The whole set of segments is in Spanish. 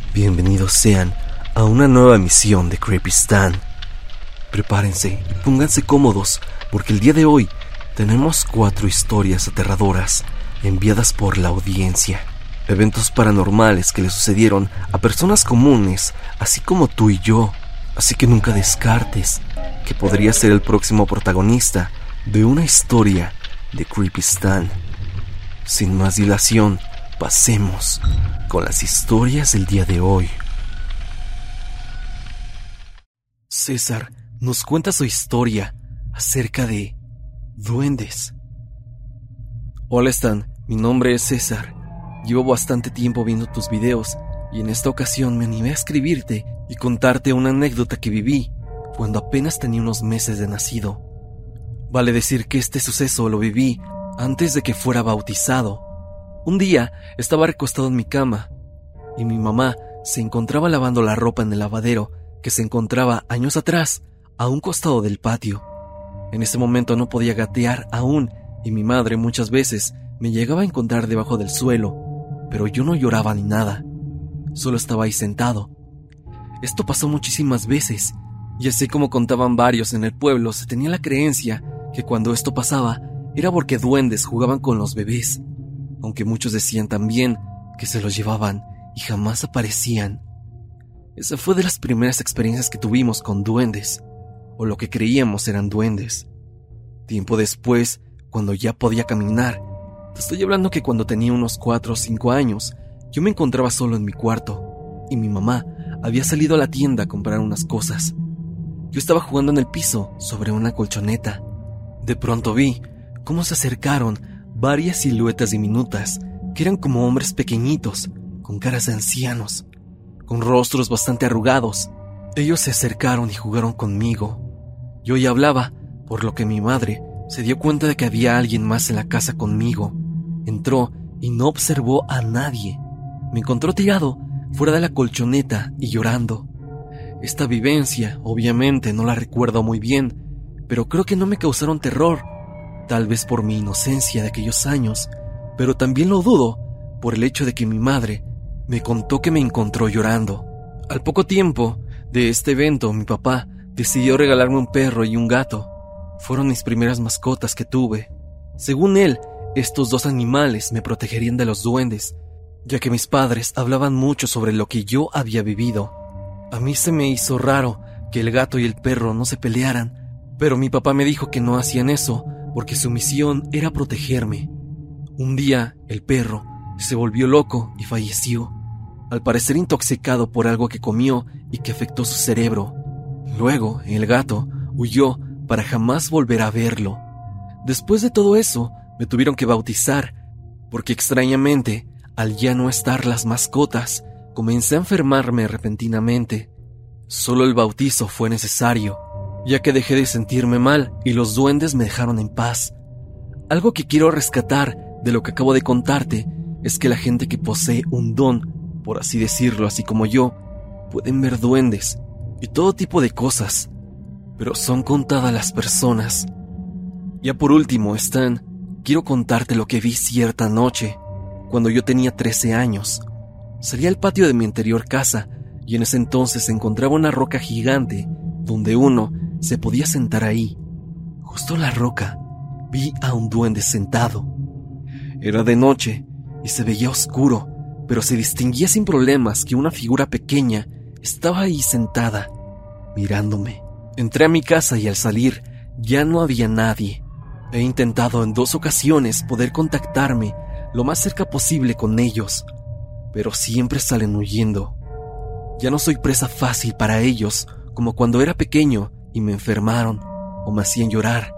Bienvenidos sean a una nueva emisión de Creepy Stan. Prepárense y pónganse cómodos porque el día de hoy tenemos 4 historias aterradoras enviadas por la audiencia. Eventos paranormales que le sucedieron a personas comunes, así como tú y yo. Así que nunca descartes que podría ser el próximo protagonista de una historia de Creepy Stan. Sin más dilación, pasemos con las historias del día de hoy. César nos cuenta su historia acerca de duendes. Hola Stan, mi nombre es César. Llevo bastante tiempo viendo tus videos y en esta ocasión me animé a escribirte y contarte una anécdota que viví cuando apenas tenía unos meses de nacido. Vale decir que este suceso lo viví antes de que fuera bautizado. Un día estaba recostado en mi cama y mi mamá se encontraba lavando la ropa en el lavadero que se encontraba años atrás a un costado del patio. En ese momento no podía gatear aún y mi madre muchas veces me llegaba a encontrar debajo del suelo, pero yo no lloraba ni nada, solo estaba ahí sentado. Esto pasó muchísimas veces y así como contaban varios en el pueblo, se tenía la creencia que cuando esto pasaba era porque duendes jugaban con los bebés, aunque muchos decían también que se los llevaban y jamás aparecían. Esa fue de las primeras experiencias que tuvimos con duendes, o lo que creíamos eran duendes. Tiempo después, cuando ya podía caminar, te estoy hablando que cuando tenía unos 4 o 5 años, yo me encontraba solo en mi cuarto, y mi mamá había salido a la tienda a comprar unas cosas. Yo estaba jugando en el piso sobre una colchoneta. De pronto vi cómo se acercaron varias siluetas diminutas que eran como hombres pequeñitos, con caras de ancianos, con rostros bastante arrugados. Ellos se acercaron y jugaron conmigo. Yo ya hablaba, por lo que mi madre se dio cuenta de que había alguien más en la casa conmigo. Entró y no observó a nadie. Me encontró tirado fuera de la colchoneta y llorando. Esta vivencia, obviamente, no la recuerdo muy bien, pero creo que no me causaron terror. Tal vez por mi inocencia de aquellos años, pero también lo dudo por el hecho de que mi madre me contó que me encontró llorando. Al poco tiempo de este evento, mi papá decidió regalarme un perro y un gato. Fueron mis primeras mascotas que tuve. Según él, estos 2 animales me protegerían de los duendes, ya que mis padres hablaban mucho sobre lo que yo había vivido. A mí se me hizo raro que el gato y el perro no se pelearan, pero mi papá me dijo que no hacían eso porque su misión era protegerme. Un día, el perro se volvió loco y falleció, al parecer intoxicado por algo que comió y que afectó su cerebro. Luego, el gato huyó para jamás volver a verlo. Después de todo eso, me tuvieron que bautizar, porque extrañamente, al ya no estar las mascotas, comencé a enfermarme repentinamente. Solo el bautizo fue necesario, ya que dejé de sentirme mal y los duendes me dejaron en paz. Algo que quiero rescatar de lo que acabo de contarte es que la gente que posee un don, por así decirlo, así como yo, pueden ver duendes y todo tipo de cosas, pero son contadas las personas. Ya por último, Stan, quiero contarte lo que vi cierta noche, cuando yo tenía 13 años. Salí al patio de mi anterior casa y en ese entonces se encontraba una roca gigante donde uno se podía sentar ahí. Justo en la roca vi a un duende sentado. Era de noche y se veía oscuro, pero se distinguía sin problemas que una figura pequeña estaba ahí sentada, mirándome. Entré a mi casa y al salir ya no había nadie. He intentado en 2 ocasiones poder contactarme lo más cerca posible con ellos, pero siempre salen huyendo. Ya no soy presa fácil para ellos como cuando era pequeño y me enfermaron o me hacían llorar.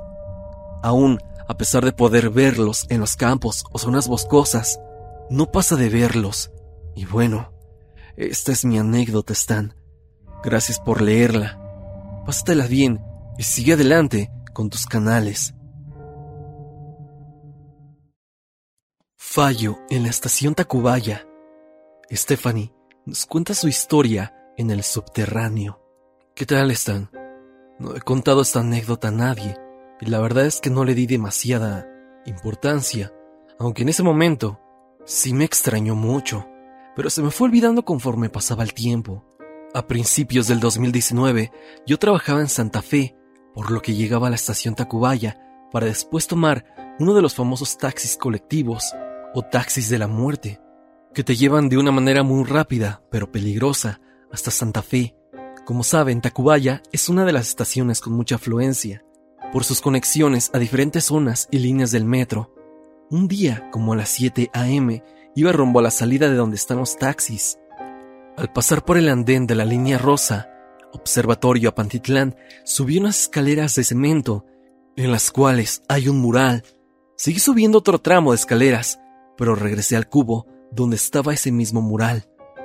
Aún, a pesar de poder verlos en los campos o zonas boscosas, no pasa de verlos. Y bueno, esta es mi anécdota, Stan. Gracias por leerla. Pásatela bien y sigue adelante con tus canales. Fallo en la estación Tacubaya. Stephanie nos cuenta su historia en el subterráneo. ¿Qué tal, Stan? No he contado esta anécdota a nadie y la verdad es que no le di demasiada importancia, aunque en ese momento sí me extrañó mucho, pero se me fue olvidando conforme pasaba el tiempo. A principios del 2019, yo trabajaba en Santa Fe, por lo que llegaba a la estación Tacubaya para después tomar uno de los famosos taxis colectivos o taxis de la muerte, que te llevan de una manera muy rápida, pero peligrosa, hasta Santa Fe. Como saben, Tacubaya es una de las estaciones con mucha afluencia, por sus conexiones a diferentes zonas y líneas del metro. Un día, como a las 7 a.m., iba rumbo a la salida de donde están los taxis. Al pasar por el andén de la línea rosa, Observatorio a Pantitlán, subí unas escaleras de cemento, en las cuales hay un mural. Seguí subiendo otro tramo de escaleras, pero regresé al cubo donde estaba ese mismo mural.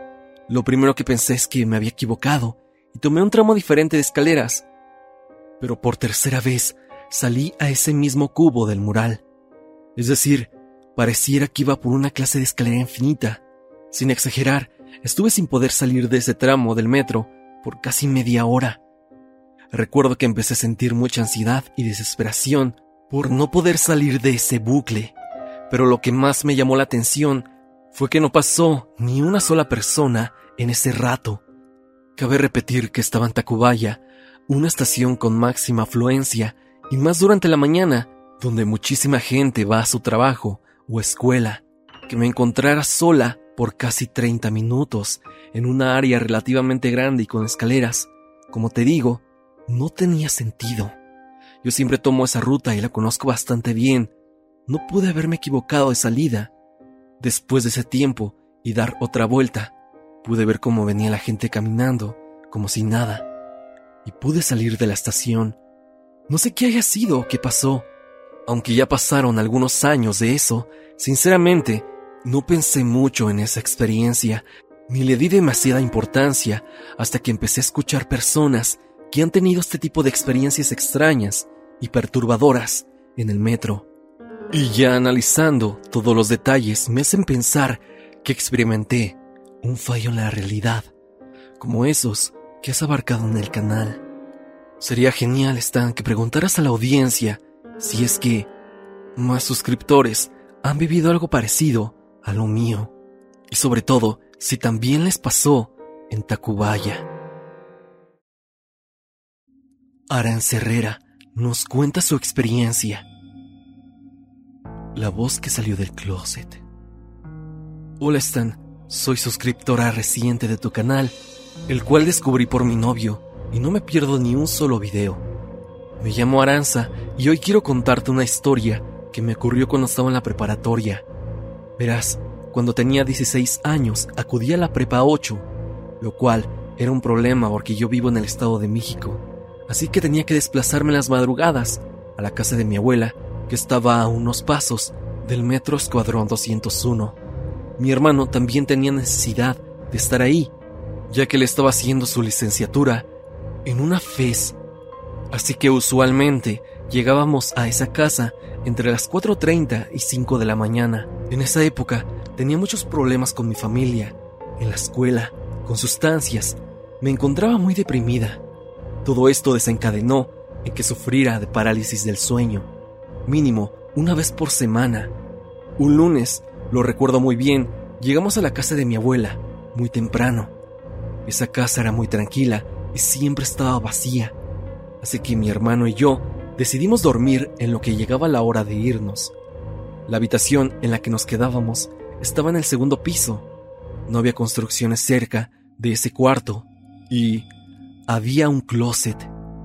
Lo primero que pensé es que me había equivocado y tomé un tramo diferente de escaleras, pero por tercera vez salí a ese mismo cubo del mural. Es decir, pareciera que iba por una clase de escalera infinita. Sin exagerar, estuve sin poder salir de ese tramo del metro por casi media hora. Recuerdo que empecé a sentir mucha ansiedad y desesperación por no poder salir de ese bucle, pero lo que más me llamó la atención fue que no pasó ni una sola persona en ese rato. Cabe repetir que estaba en Tacubaya, una estación con máxima afluencia y más durante la mañana, donde muchísima gente va a su trabajo o escuela. Que me encontrara sola por casi 30 minutos en una área relativamente grande y con escaleras, como te digo, no tenía sentido. Yo siempre tomo esa ruta y la conozco bastante bien. No pude haberme equivocado de salida. Después de ese tiempo y dar otra vuelta, pude ver cómo venía la gente caminando, como si nada, y pude salir de la estación. No sé qué haya sido o qué pasó. Aunque ya pasaron algunos años de eso, sinceramente, no pensé mucho en esa experiencia, ni le di demasiada importancia hasta que empecé a escuchar personas que han tenido este tipo de experiencias extrañas y perturbadoras en el metro. Y ya analizando todos los detalles me hacen pensar que experimenté un fallo en la realidad, como esos que has abarcado en el canal. Sería genial, Stan, que preguntaras a la audiencia si es que más suscriptores han vivido algo parecido a lo mío, y sobre todo, si también les pasó en Tacubaya. Arantxa Herrera nos cuenta su experiencia. La voz que salió del closet. Hola Stan, soy suscriptora reciente de tu canal, el cual descubrí por mi novio, y no me pierdo ni un solo video. Me llamo Arantxa y hoy quiero contarte una historia que me ocurrió cuando estaba en la preparatoria. Verás, cuando tenía 16 años acudí a la prepa 8, lo cual era un problema porque yo vivo en el Estado de México, así que tenía que desplazarme en las madrugadas a la casa de mi abuela, que estaba a unos pasos del metro Escuadrón 201. Mi hermano también tenía necesidad de estar ahí, ya que él estaba haciendo su licenciatura en una FES, así que usualmente llegábamos a esa casa entre las 4:30 y 5 de la mañana. En esa época tenía muchos problemas con mi familia, en la escuela, con sustancias. Me encontraba muy deprimida. Todo esto desencadenó en que sufriera de parálisis del sueño, mínimo una vez por semana. Un lunes, lo recuerdo muy bien, llegamos a la casa de mi abuela, muy temprano. Esa casa era muy tranquila y siempre estaba vacía, así que mi hermano y yo decidimos dormir en lo que llegaba la hora de irnos. La habitación en la que nos quedábamos estaba en el segundo piso. No había construcciones cerca de ese cuarto y había un closet.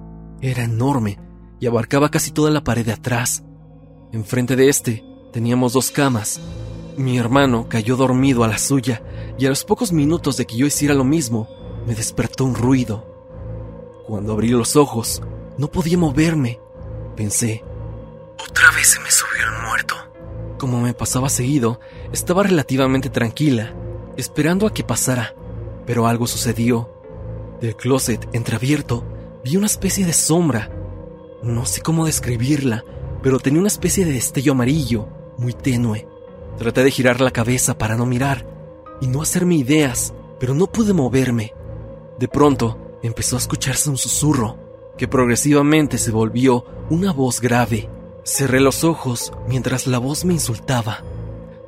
Era enorme y abarcaba casi toda la pared de atrás. Enfrente de este teníamos 2 camas. Mi hermano cayó dormido a la suya y a los pocos minutos de que yo hiciera lo mismo, me despertó un ruido. Cuando abrí los ojos, no podía moverme. Pensé, otra vez se me subió el muerto. Como me pasaba seguido, estaba relativamente tranquila, esperando a que pasara, pero algo sucedió. Del closet entreabierto vi una especie de sombra. No sé cómo describirla, pero tenía una especie de destello amarillo, muy tenue. Traté de girar la cabeza para no mirar y no hacerme ideas, pero no pude moverme. De pronto empezó a escucharse un susurro, que progresivamente se volvió una voz grave. Cerré los ojos mientras la voz me insultaba.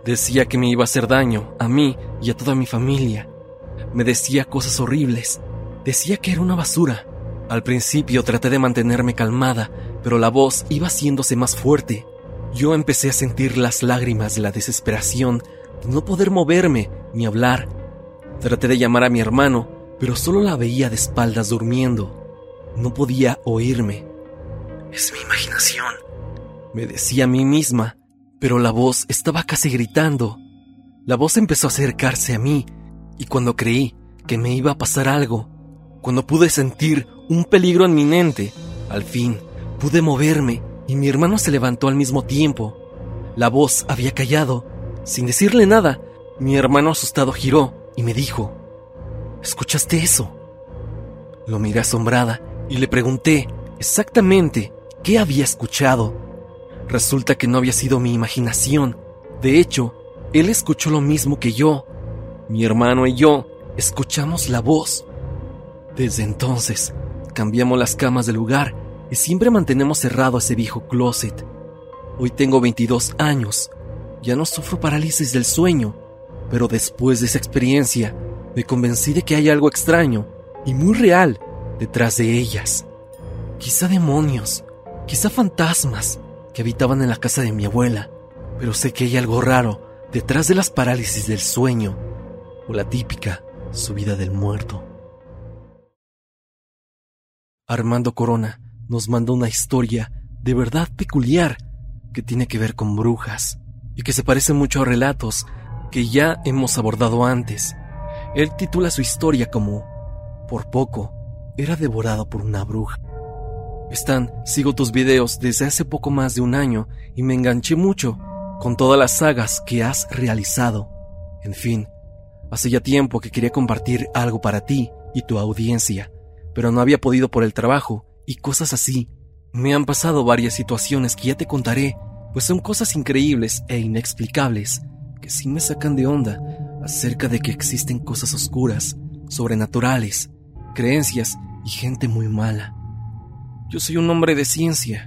Decía que me iba a hacer daño a mí y a toda mi familia. Me decía cosas horribles. Decía que era una basura. Al principio traté de mantenerme calmada, pero la voz iba haciéndose más fuerte. Yo empecé a sentir las lágrimas de la desesperación de no poder moverme ni hablar. Traté de llamar a mi hermano, pero solo la veía de espaldas durmiendo. No podía oírme. «Es mi imaginación», me decía a mí misma, pero la voz estaba casi gritando. La voz empezó a acercarse a mí, y cuando creí que me iba a pasar algo, cuando pude sentir un peligro inminente, al fin pude moverme y mi hermano se levantó al mismo tiempo. La voz había callado. Sin decirle nada, mi hermano asustado giró y me dijo: «¿Escuchaste eso?». Lo miré asombrada y le pregunté exactamente qué había escuchado. Resulta que no había sido mi imaginación. De hecho, él escuchó lo mismo que yo. Mi hermano y yo escuchamos la voz. Desde entonces, cambiamos las camas del lugar y siempre mantenemos cerrado ese viejo closet. Hoy tengo 22 años. Ya no sufro parálisis del sueño, pero después de esa experiencia, me convencí de que hay algo extraño y muy real detrás de ellas. Quizá demonios, quizá fantasmas que habitaban en la casa de mi abuela, pero sé que hay algo raro detrás de las parálisis del sueño o la típica subida del muerto. Armando Corona nos manda una historia de verdad peculiar que tiene que ver con brujas y que se parece mucho a relatos que ya hemos abordado antes. Él titula su historia como «Por poco era devorado por una bruja». Stan, sigo tus videos desde hace poco más de un año y me enganché mucho con todas las sagas que has realizado. En fin, hace ya tiempo que quería compartir algo para ti y tu audiencia, pero no había podido por el trabajo y cosas así. Me han pasado varias situaciones que ya te contaré, pues son cosas increíbles e inexplicables que sí me sacan de onda acerca de que existen cosas oscuras, sobrenaturales, creencias y gente muy mala. Yo soy un hombre de ciencia.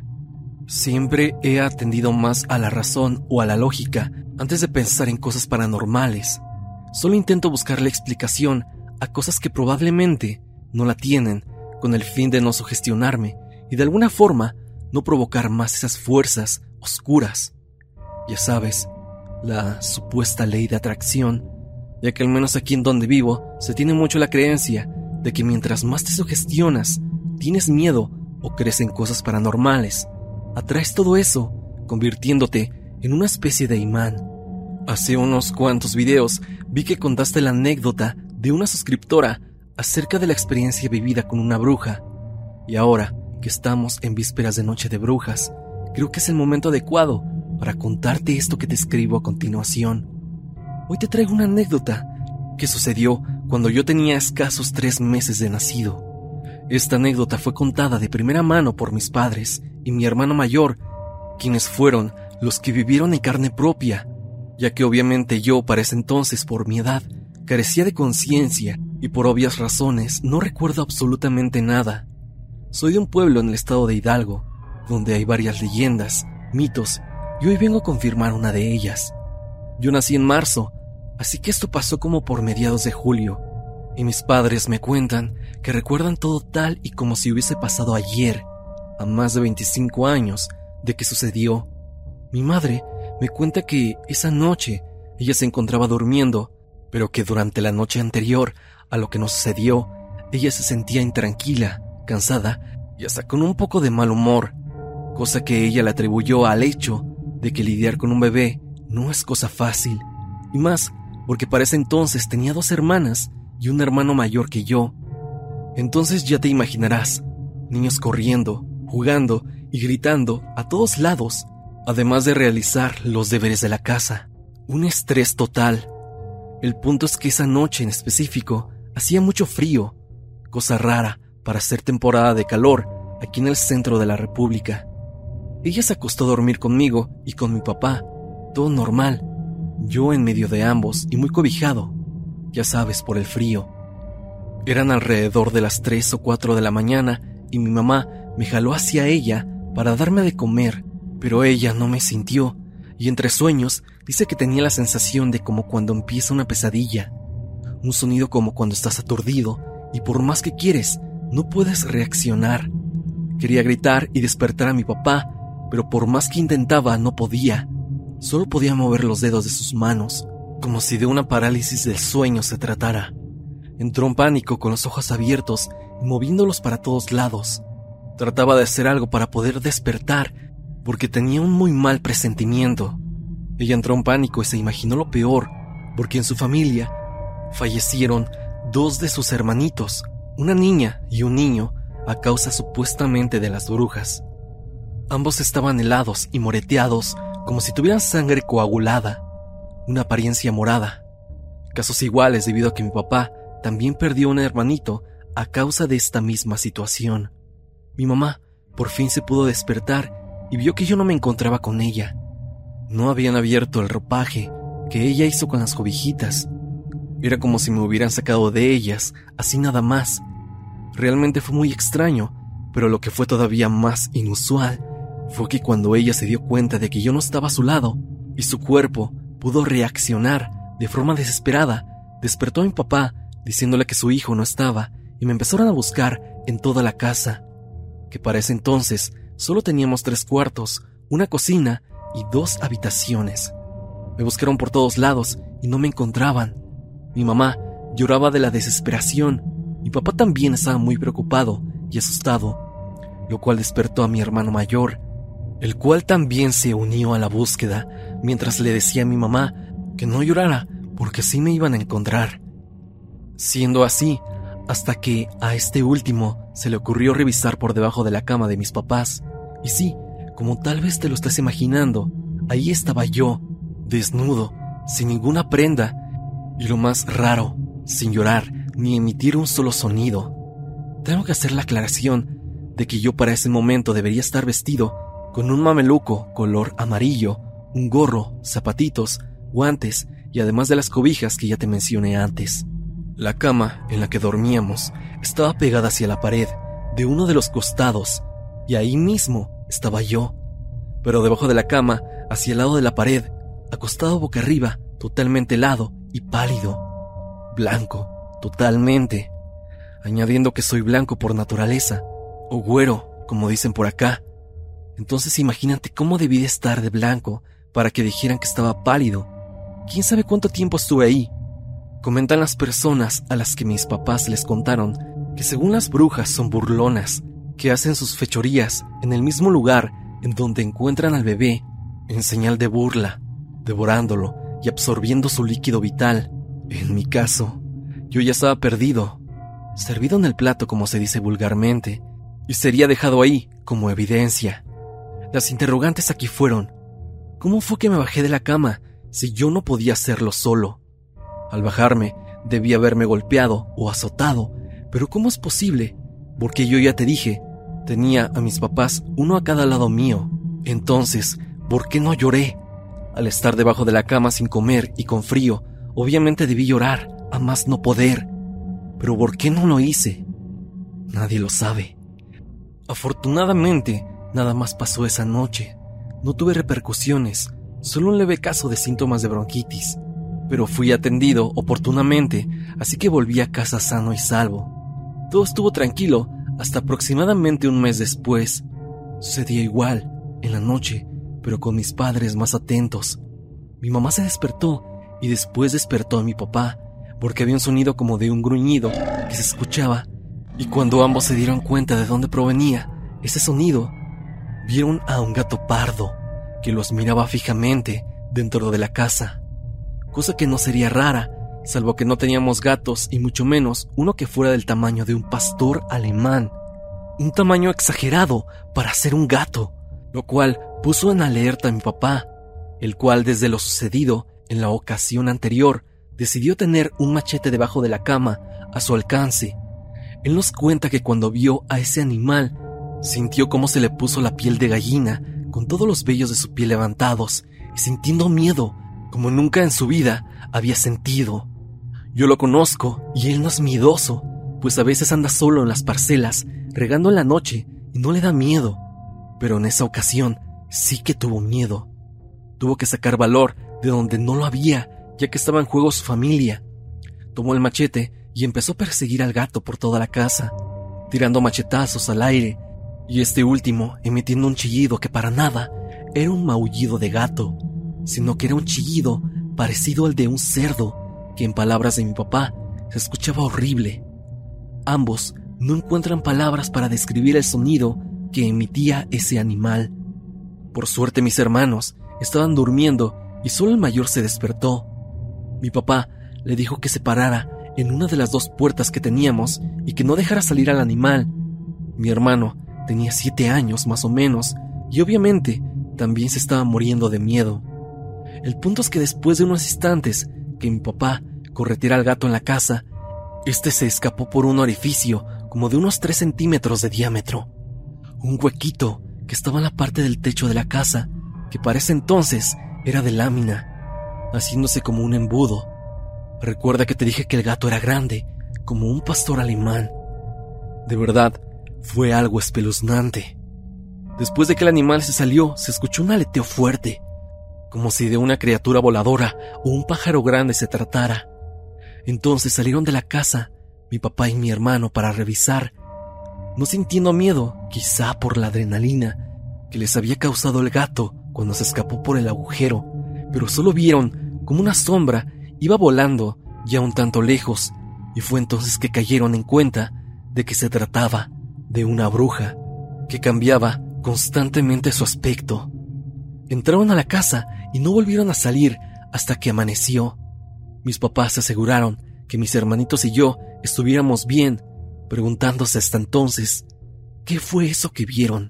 Siempre he atendido más a la razón o a la lógica antes de pensar en cosas paranormales. Solo intento buscarle explicación a cosas que probablemente no la tienen, con el fin de no sugestionarme y de alguna forma no provocar más esas fuerzas oscuras. Ya sabes, la supuesta ley de atracción, ya que al menos aquí en donde vivo se tiene mucho la creencia de que mientras más te sugestionas, tienes miedo o crees en cosas paranormales, atraes todo eso, convirtiéndote en una especie de imán. Hace unos cuantos videos vi que contaste la anécdota de una suscriptora acerca de la experiencia vivida con una bruja, y ahora que estamos en vísperas de Noche de Brujas, creo que es el momento adecuado para contarte esto que te escribo a continuación. Hoy te traigo una anécdota que sucedió cuando yo tenía escasos 3 meses de nacido. Esta anécdota fue contada de primera mano por mis padres y mi hermano mayor, quienes fueron los que vivieron en carne propia, ya que obviamente yo para ese entonces, por mi edad, carecía de conciencia y por obvias razones no recuerdo absolutamente nada. Soy de un pueblo en el estado de Hidalgo, donde hay varias leyendas, mitos, y hoy vengo a confirmar una de ellas. Yo nací en marzo, así que esto pasó como por mediados de julio, y mis padres me cuentan que recuerdan todo tal y como si hubiese pasado ayer, a más de 25 años de que sucedió. Mi madre me cuenta que esa noche ella se encontraba durmiendo, pero que durante la noche anterior a lo que nos sucedió, ella se sentía intranquila, cansada y hasta con un poco de mal humor, cosa que ella le atribuyó al hecho de que lidiar con un bebé no es cosa fácil, y más porque para ese entonces tenía 2 hermanas y un hermano mayor que yo. Entonces ya te imaginarás, niños corriendo, jugando y gritando a todos lados, además de realizar los deberes de la casa. Un estrés total. El punto es que esa noche en específico hacía mucho frío, cosa rara para ser temporada de calor aquí en el centro de la República. Ella se acostó a dormir conmigo y con mi papá, todo normal, yo en medio de ambos y muy cobijado, ya sabes, por el frío. Eran alrededor de las 3 o 4 de la mañana y mi mamá me jaló hacia ella para darme de comer, pero ella no me sintió y entre sueños dice que tenía la sensación de como cuando empieza una pesadilla, un sonido como cuando estás aturdido y por más que quieres, no puedes reaccionar. Quería gritar y despertar a mi papá, pero por más que intentaba no podía. Solo podía mover los dedos de sus manos, como si de una parálisis del sueño se tratara. Entró en pánico con los ojos abiertos y moviéndolos para todos lados. Trataba de hacer algo para poder despertar, porque tenía un muy mal presentimiento. Ella entró en pánico y se imaginó lo peor, porque en su familia fallecieron 2 de sus hermanitos, una niña y un niño, a causa supuestamente de las brujas. Ambos estaban helados y moreteados, como si tuvieran sangre coagulada, una apariencia morada. Casos iguales debido a que mi papá también perdió un hermanito a causa de esta misma situación. Mi mamá por fin se pudo despertar y vio que yo no me encontraba con ella. No habían abierto el ropaje que ella hizo con las cobijitas. Era como si me hubieran sacado de ellas, así nada más. Realmente fue muy extraño, pero lo que fue todavía más inusual fue que cuando ella se dio cuenta de que yo no estaba a su lado y su cuerpo pudo reaccionar de forma desesperada, despertó a mi papá diciéndole que su hijo no estaba y me empezaron a buscar en toda la casa, que para ese entonces solo teníamos 3 cuartos, una cocina y 2 habitaciones. Me buscaron por todos lados y no me encontraban. Mi mamá lloraba de la desesperación. Mi papá también estaba muy preocupado y asustado, lo cual despertó a mi hermano mayor, el cual también se unió a la búsqueda, mientras le decía a mi mamá que no llorara porque sí me iban a encontrar. Siendo así, hasta que a este último se le ocurrió revisar por debajo de la cama de mis papás. Y sí, como tal vez te lo estás imaginando, ahí estaba yo, desnudo, sin ninguna prenda, y lo más raro, sin llorar ni emitir un solo sonido. Tengo que hacer la aclaración de que yo para ese momento debería estar vestido con un mameluco color amarillo, un gorro, zapatitos, guantes y además de las cobijas que ya te mencioné antes. La cama en la que dormíamos estaba pegada hacia la pared de uno de los costados y ahí mismo estaba yo, pero debajo de la cama, hacia el lado de la pared, acostado boca arriba, totalmente helado y pálido, blanco, totalmente, añadiendo que soy blanco por naturaleza, o güero, como dicen por acá. Entonces imagínate cómo debí de estar de blanco para que dijeran que estaba pálido. ¿Quién sabe cuánto tiempo estuve ahí? Comentan las personas a las que mis papás les contaron que según las brujas son burlonas, que hacen sus fechorías en el mismo lugar en donde encuentran al bebé, en señal de burla, devorándolo y absorbiendo su líquido vital. En mi caso, yo ya estaba perdido, servido en el plato como se dice vulgarmente, y sería dejado ahí como evidencia. Las interrogantes aquí fueron: ¿cómo fue que me bajé de la cama si yo no podía hacerlo solo? Al bajarme, debí haberme golpeado o azotado, pero ¿cómo es posible? Porque yo ya te dije, tenía a mis papás uno a cada lado mío. Entonces, ¿por qué no lloré? Al estar debajo de la cama sin comer y con frío, obviamente debí llorar, a más no poder. Pero ¿por qué no lo hice? Nadie lo sabe. Afortunadamente, nada más pasó esa noche. No tuve repercusiones, solo un leve caso de síntomas de bronquitis, pero fui atendido oportunamente, así que volví a casa sano y salvo. Todo estuvo tranquilo hasta aproximadamente un mes después. Sucedía igual, en la noche, pero con mis padres más atentos. Mi mamá se despertó y después despertó a mi papá, porque había un sonido como de un gruñido que se escuchaba, y cuando ambos se dieron cuenta de dónde provenía ese sonido, vieron a un gato pardo que los miraba fijamente dentro de la casa, cosa que no sería rara, salvo que no teníamos gatos y mucho menos uno que fuera del tamaño de un pastor alemán, un tamaño exagerado para ser un gato, lo cual puso en alerta a mi papá, el cual desde lo sucedido en la ocasión anterior decidió tener un machete debajo de la cama a su alcance. Él nos cuenta que cuando vio a ese animal, sintió cómo se le puso la piel de gallina, con todos los vellos de su piel levantados, y sintiendo miedo, como nunca en su vida había sentido. Yo lo conozco, y él no es miedoso, pues a veces anda solo en las parcelas, regando en la noche, y no le da miedo. Pero en esa ocasión, sí que tuvo miedo. Tuvo que sacar valor de donde no lo había, ya que estaba en juego su familia. Tomó el machete y empezó a perseguir al gato por toda la casa, tirando machetazos al aire, y este último emitiendo un chillido que para nada era un maullido de gato, sino que era un chillido parecido al de un cerdo, que en palabras de mi papá se escuchaba horrible. Ambos no encuentran palabras para describir el sonido que emitía ese animal. Por suerte mis hermanos estaban durmiendo y solo el mayor se despertó. Mi papá le dijo que se parara en una de las 2 puertas que teníamos y que no dejara salir al animal. Mi hermano tenía 7 años más o menos y obviamente también se estaba muriendo de miedo. El punto es que después de unos instantes que mi papá correteara al gato en la casa, este se escapó por un orificio como de unos 3 centímetros de diámetro. Un huequito que estaba en la parte del techo de la casa, que para ese entonces era de lámina, haciéndose como un embudo. Recuerda que te dije que el gato era grande, como un pastor alemán. De verdad, fue algo espeluznante. Después de que el animal se salió, se escuchó un aleteo fuerte, como si de una criatura voladora o un pájaro grande se tratara. Entonces salieron de la casa mi papá y mi hermano para revisar, no sintiendo miedo, quizá por la adrenalina que les había causado el gato cuando se escapó por el agujero, pero solo vieron como una sombra iba volando ya un tanto lejos, y fue entonces que cayeron en cuenta de que se trataba de una bruja que cambiaba constantemente su aspecto. Entraron a la casa y no volvieron a salir hasta que amaneció. Mis papás se aseguraron que mis hermanitos y yo estuviéramos bien, preguntándose hasta entonces, ¿qué fue eso que vieron?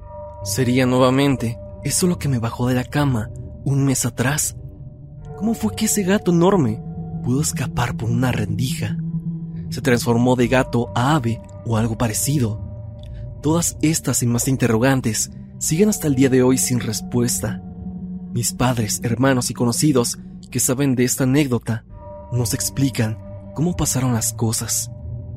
¿Sería nuevamente eso lo que me bajó de la cama un mes atrás? ¿Cómo fue que ese gato enorme pudo escapar por una rendija? ¿Se transformó de gato a ave o algo parecido? Todas estas y más interrogantes siguen hasta el día de hoy sin respuesta. Mis padres, hermanos y conocidos que saben de esta anécdota nos explican cómo pasaron las cosas.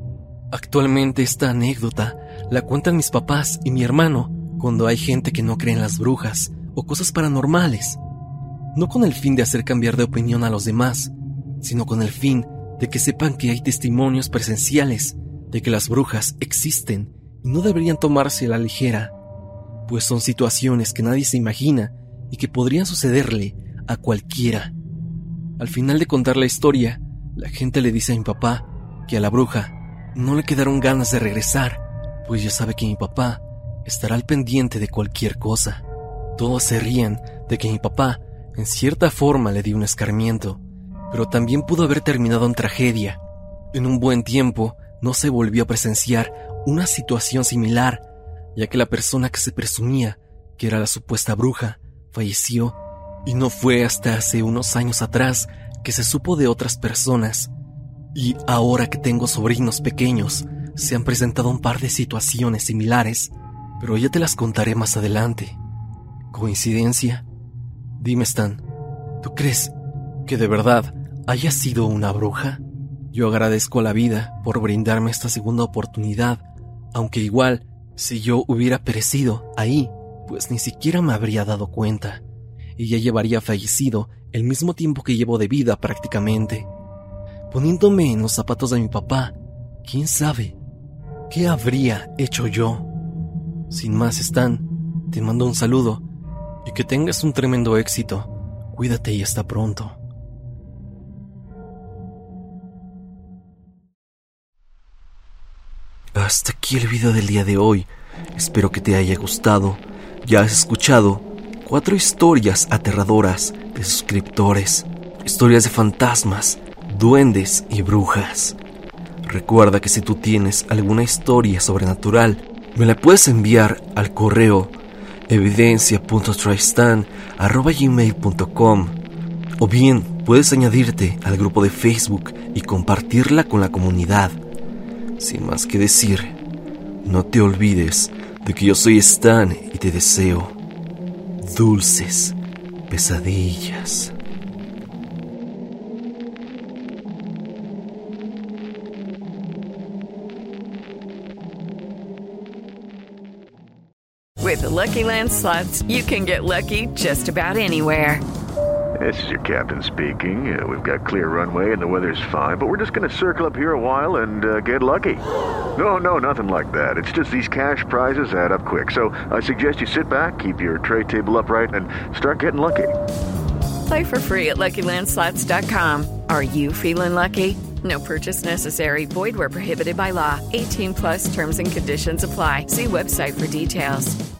Actualmente esta anécdota la cuentan mis papás y mi hermano cuando hay gente que no cree en las brujas o cosas paranormales, no con el fin de hacer cambiar de opinión a los demás, sino con el fin de que sepan que hay testimonios presenciales de que las brujas existen y no deberían tomarse a la ligera, pues son situaciones que nadie se imagina y que podrían sucederle a cualquiera. Al final de contar la historia, la gente le dice a mi papá que a la bruja no le quedaron ganas de regresar, pues ya sabe que mi papá estará al pendiente de cualquier cosa. Todos se ríen de que mi papá en cierta forma le dio un escarmiento, pero también pudo haber terminado en tragedia. En un buen tiempo no se volvió a presenciar una situación similar, ya que la persona que se presumía que era la supuesta bruja falleció, y no fue hasta hace unos años atrás que se supo de otras personas. Y ahora que tengo sobrinos pequeños, se han presentado un par de situaciones similares, pero ya te las contaré más adelante. ¿Coincidencia? Dime, Stan, ¿tú crees que de verdad haya sido una bruja? Yo agradezco a la vida por brindarme esta segunda oportunidad, aunque igual, si yo hubiera perecido ahí, pues ni siquiera me habría dado cuenta, y ya llevaría fallecido el mismo tiempo que llevo de vida prácticamente. Poniéndome en los zapatos de mi papá, ¿quién sabe qué habría hecho yo? Sin más, Stan, te mando un saludo y que tengas un tremendo éxito. Cuídate y hasta pronto. Hasta aquí el video del día de hoy. Espero que te haya gustado. Ya has escuchado 4 historias aterradoras de suscriptores. Historias de fantasmas, duendes y brujas. Recuerda que si tú tienes alguna historia sobrenatural, me la puedes enviar al correo evidencia.tristan@gmail.com, o bien puedes añadirte al grupo de Facebook y compartirla con la comunidad. Sin más que decir, no te olvides de que yo soy Stan y te deseo dulces pesadillas. With the Lucky Land Slots, you can get lucky just about anywhere. This is your captain speaking. We've got clear runway and the weather's fine, but we're just going to circle up here a while and get lucky. No, nothing like that. It's just these cash prizes add up quick. So I suggest you sit back, keep your tray table upright, and start getting lucky. Play for free at LuckyLandSlots.com. Are you feeling lucky? No purchase necessary. Void where prohibited by law. 18+ terms and conditions apply. See website for details.